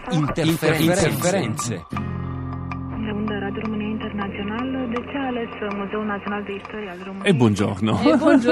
interferenze. E buongiorno.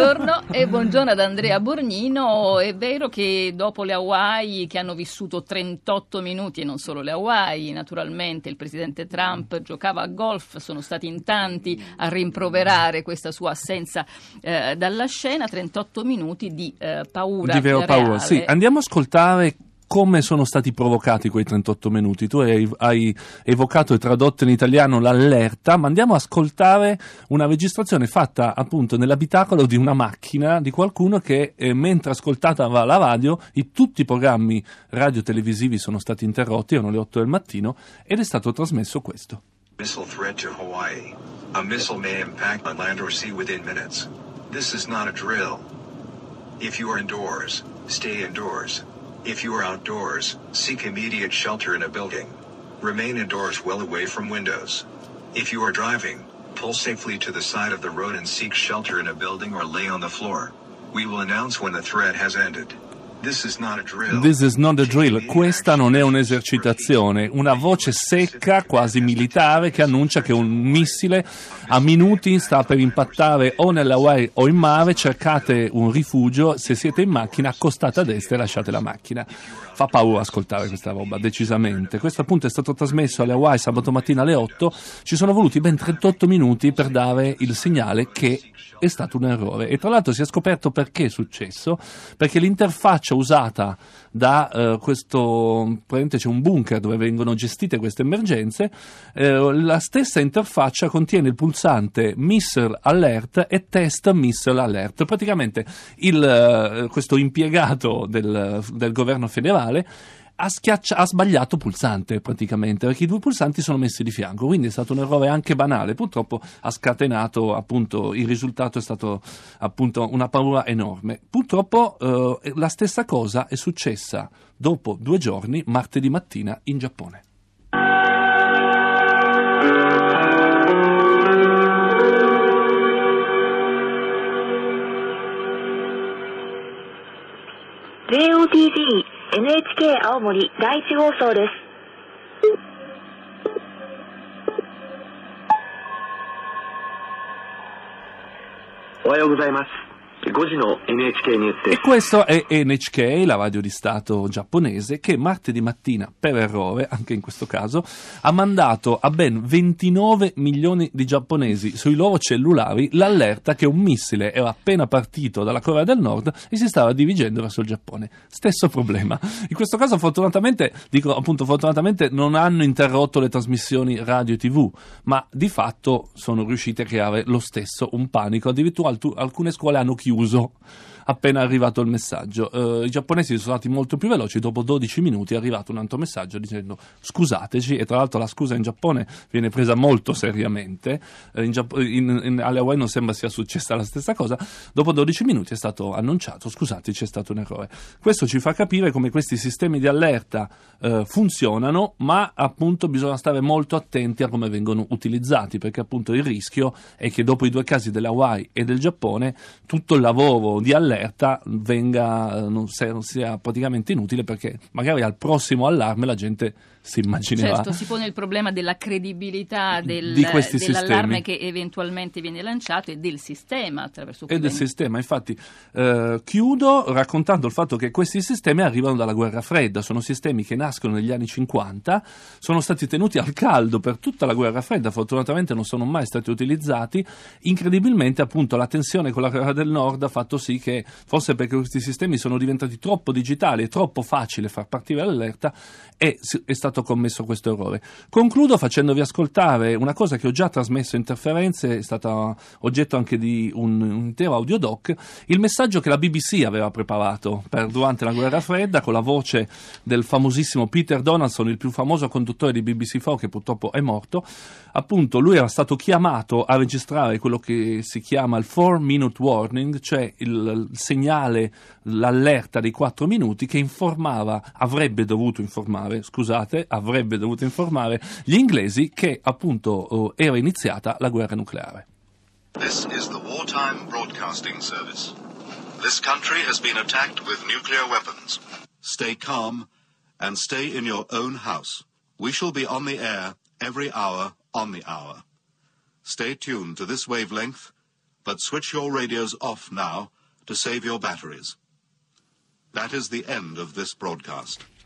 E buongiorno ad Andrea Borgnino. È vero che dopo le Hawaii, che hanno vissuto 38 minuti, e non solo le Hawaii, naturalmente il presidente Trump giocava a golf, sono stati in tanti a rimproverare questa sua assenza dalla scena. 38 minuti di paura. Di vero reale. paura, sì. Andiamo a ascoltare come sono stati provocati quei 38 minuti. Tu hai evocato e tradotto in italiano l'allerta, ma andiamo a ascoltare una registrazione fatta appunto nell'abitacolo di una macchina di qualcuno che mentre ascoltava la radio tutti i programmi radio-televisivi sono stati interrotti, erano le 8 del mattino, ed è stato trasmesso questo. Missile threat to Hawaii. A missile may impact on land or sea within minutes. This is not a drill. If you are indoors, stay indoors. If you are outdoors, seek immediate shelter in a building. Remain indoors well away from windows. If you are driving, pull safely to the side of the road and seek shelter in a building or lay on the floor. We will announce when the threat has ended. This is not a drill. This is not a drill. Questa non è un'esercitazione, una voce secca, quasi militare, che annuncia che un missile a minuti sta per impattare o nelle Hawaii o in mare. Cercate un rifugio, se siete in macchina accostate a destra e lasciate la macchina. Fa paura ascoltare questa roba, decisamente. Questo appunto è stato trasmesso alle Hawaii sabato mattina alle 8. Ci sono voluti ben 38 minuti per dare il segnale che è stato un errore, e tra l'altro si è scoperto perché è successo, perché l'interfaccia usata da questo, praticamente c'è un bunker dove vengono gestite queste emergenze, la stessa interfaccia contiene il pulsante Missile Alert e Test Missile Alert. Praticamente questo impiegato del governo federale ha sbagliato pulsante, praticamente, perché i due pulsanti sono messi di fianco, quindi è stato un errore anche banale. Purtroppo ha scatenato, appunto, il risultato è stato appunto una paura enorme. Purtroppo la stessa cosa è successa dopo 2 giorni, martedì mattina, in Giappone. JOTG NHK 青森第一放送です。 おはようございます。5時の NHK ニュースです。 E questo è NHK, la radio di Stato giapponese, che martedì mattina, per errore, anche in questo caso, ha mandato a ben 29 milioni di giapponesi sui loro cellulari l'allerta che un missile era appena partito dalla Corea del Nord e si stava dirigendo verso il Giappone. Stesso problema. In questo caso fortunatamente non hanno interrotto le trasmissioni radio e TV, ma di fatto sono riusciti a creare lo stesso un panico. Addirittura alcune scuole hanno chiuso appena è arrivato il messaggio. I giapponesi sono stati molto più veloci. Dopo 12 minuti è arrivato un altro messaggio dicendo scusateci, e tra l'altro la scusa in Giappone viene presa molto seriamente. Alle Hawaii non sembra sia successa la stessa cosa. Dopo 12 minuti è stato annunciato scusate, c'è stato un errore. Questo ci fa capire come questi sistemi di allerta funzionano, ma appunto bisogna stare molto attenti a come vengono utilizzati, perché appunto il rischio è che dopo i 2 casi delle Hawaii e del Giappone tutto il lavoro di allerta non sia praticamente inutile, perché magari al prossimo allarme la gente si immaginerà. Certo, si pone il problema della credibilità di questi dell'allarme sistemi che eventualmente viene lanciato e del sistema attraverso cui e del sistema. Infatti chiudo raccontando il fatto che questi sistemi arrivano dalla guerra fredda, sono sistemi che nascono negli anni 50, sono stati tenuti al caldo per tutta la guerra fredda, fortunatamente non sono mai stati utilizzati. Incredibilmente appunto la tensione con la Corea del Nord ha fatto sì che, forse perché questi sistemi sono diventati troppo digitali e troppo facile far partire l'allerta, è stato commesso questo errore. Concludo facendovi ascoltare una cosa che ho già trasmesso in Interferenze, è stata oggetto anche di un intero audiodoc, il messaggio che la BBC aveva preparato durante la guerra fredda, con la voce del famosissimo Peter Donaldson, il più famoso conduttore di BBC4 che purtroppo è morto. Appunto lui era stato chiamato a registrare quello che si chiama il 4-minute warning, cioè il segnale, l'allerta dei 4 minuti che avrebbe dovuto informare gli inglesi che appunto era iniziata la guerra nucleare. This is the Wartime Broadcasting Service. This country has been attacked with nuclear weapons. Stay calm and stay in your own house. We shall be on the air every hour on the hour. Stay tuned to this wavelength, but switch your radios off now to save your batteries. That is the end of this broadcast.